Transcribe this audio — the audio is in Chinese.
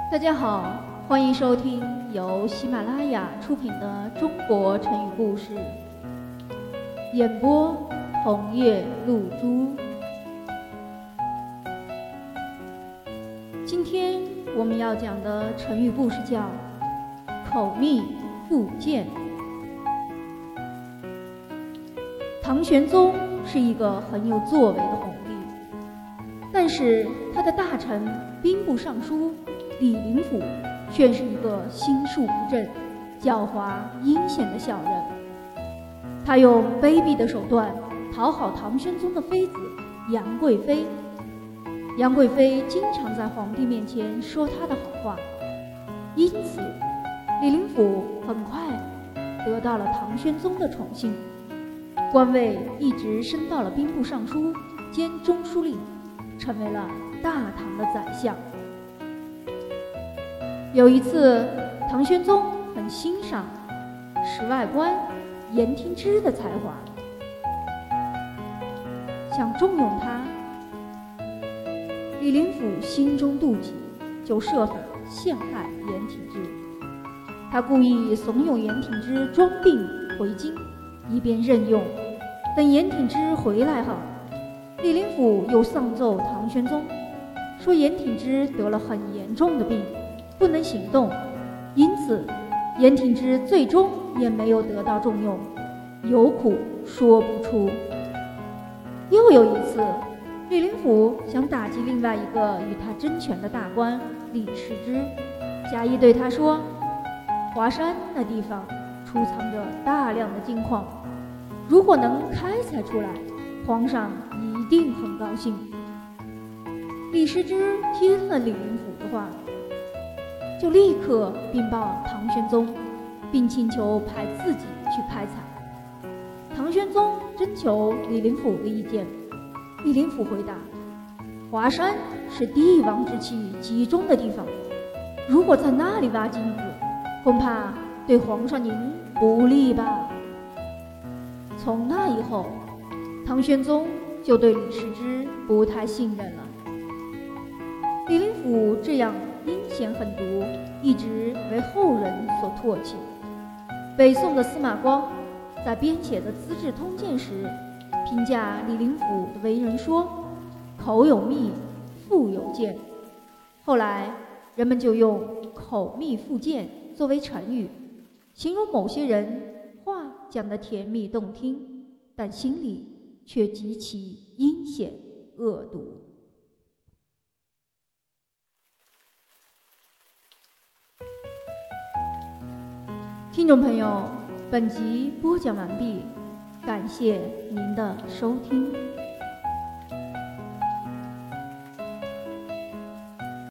大家好，欢迎收听由喜马拉雅出品的中国成语故事，演播红叶露珠。今天我们要讲的成语故事叫口蜜腹剑。唐玄宗是一个很有作为的皇帝，但是他的大臣兵部尚书李林甫却是一个心术不正、狡猾阴险的小人。他用卑鄙的手段讨好唐玄宗的妃子杨贵妃。杨贵妃经常在皇帝面前说他的好话，因此李林甫很快得到了唐玄宗的宠幸，官位一直升到了兵部尚书兼中书令，成为了大唐的宰相。有一次，唐玄宗很欣赏史外官颜廷之的才华，想重用他。李林甫心中妒忌，就设法陷害颜廷之。他故意怂恿颜廷之装病回京，以便任用。等颜廷之回来后，李林甫又上奏唐玄宗，说颜廷之得了很严重的病，不能行动，因此颜廷之最终也没有得到重用，有苦说不出。又有一次，李林甫想打击另外一个与他争权的大官李世之，假意对他说，华山那地方储藏着大量的金矿，如果能开采出来，皇上一定很高兴。李世之听了李林甫的话，就立刻禀报唐玄宗，并请求派自己去开采。唐玄宗征求李林甫的意见，李林甫回答，华山是帝王之气集中的地方，如果在那里挖金子，恐怕对皇上您不利吧。从那以后，唐玄宗就对李世之不太信任了。李林甫这样阴险狠毒，一直为后人所唾弃。北宋的司马光在编写的《资治通鉴》时，评价李林甫的为人说，口有蜜，腹有剑。后来人们就用口蜜腹剑作为成语，形容某些人话讲得甜蜜动听，但心里却极其阴险恶毒。听众朋友，本集播讲完毕，感谢您的收听。